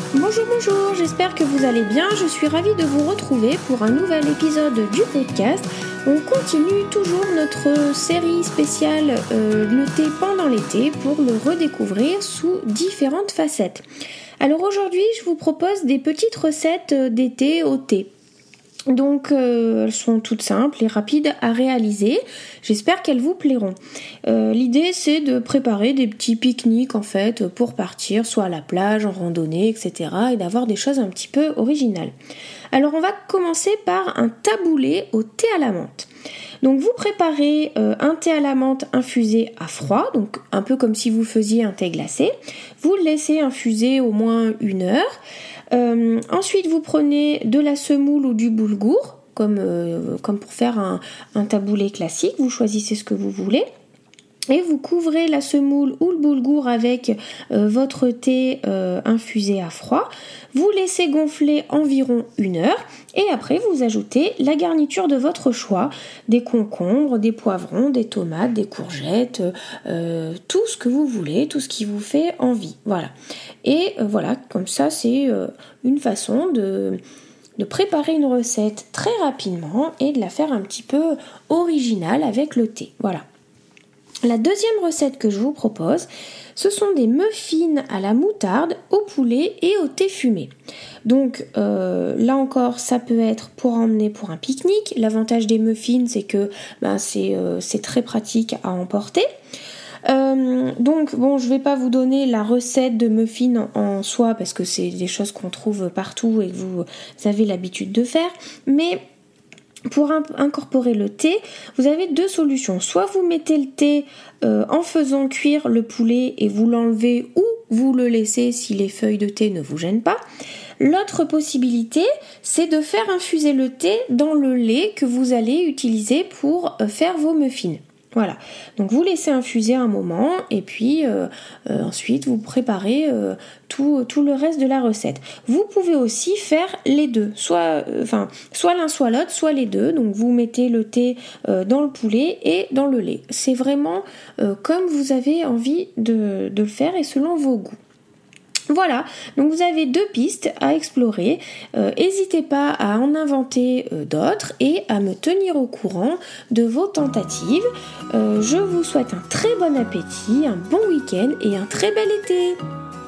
Bonjour, j'espère que vous allez bien. Je suis ravie de vous retrouver pour un nouvel épisode du podcast. On continue toujours notre série spéciale le thé pendant l'été pour le redécouvrir sous différentes facettes. Alors aujourd'hui, je vous propose des petites recettes d'été au thé. Donc elles sont toutes simples et rapides à réaliser. J'espère qu'elles vous plairont. L'idée c'est de préparer des petits pique-niques en fait pour partir soit à la plage, en randonnée, etc. et d'avoir des choses un petit peu originales. Alors on va commencer par un taboulé au thé à la menthe. Donc vous préparez un thé à la menthe infusé à froid, donc un peu comme si vous faisiez un thé glacé. Vous le laissez infuser au moins 1 heure. Ensuite vous prenez de la semoule ou du boulgour, comme pour faire un taboulé classique, vous choisissez ce que vous voulez. Et vous couvrez la semoule ou le boulgour avec votre thé infusé à froid. Vous laissez gonfler environ 1 heure et après vous ajoutez la garniture de votre choix, des concombres, des poivrons, des tomates, des courgettes, tout ce que vous voulez, tout ce qui vous fait envie. Voilà. Et voilà, comme ça c'est une façon de préparer une recette très rapidement et de la faire un petit peu originale avec le thé. Voilà. La deuxième recette que je vous propose, ce sont des muffins à la moutarde, au poulet et au thé fumé. Donc là encore, ça peut être pour emmener pour un pique-nique. L'avantage des muffins, c'est que c'est très pratique à emporter. Donc bon, je vais pas vous donner la recette de muffins en soi parce que c'est des choses qu'on trouve partout et que vous avez l'habitude de faire, mais pour incorporer le thé, vous avez 2 solutions. Soit vous mettez le thé en faisant cuire le poulet et vous l'enlevez ou vous le laissez si les feuilles de thé ne vous gênent pas. L'autre possibilité, c'est de faire infuser le thé dans le lait que vous allez utiliser pour faire vos muffins. Voilà, donc vous laissez infuser un moment et puis ensuite vous préparez tout le reste de la recette. Vous pouvez aussi faire les deux, soit l'un soit l'autre, soit les deux. Donc vous mettez le thé dans le poulet et dans le lait. C'est vraiment comme vous avez envie de le faire et selon vos goûts. Voilà, donc vous avez 2 pistes à explorer. N'hésitez pas à en inventer d'autres et à me tenir au courant de vos tentatives. Je vous souhaite un très bon appétit, un bon week-end et un très bel été.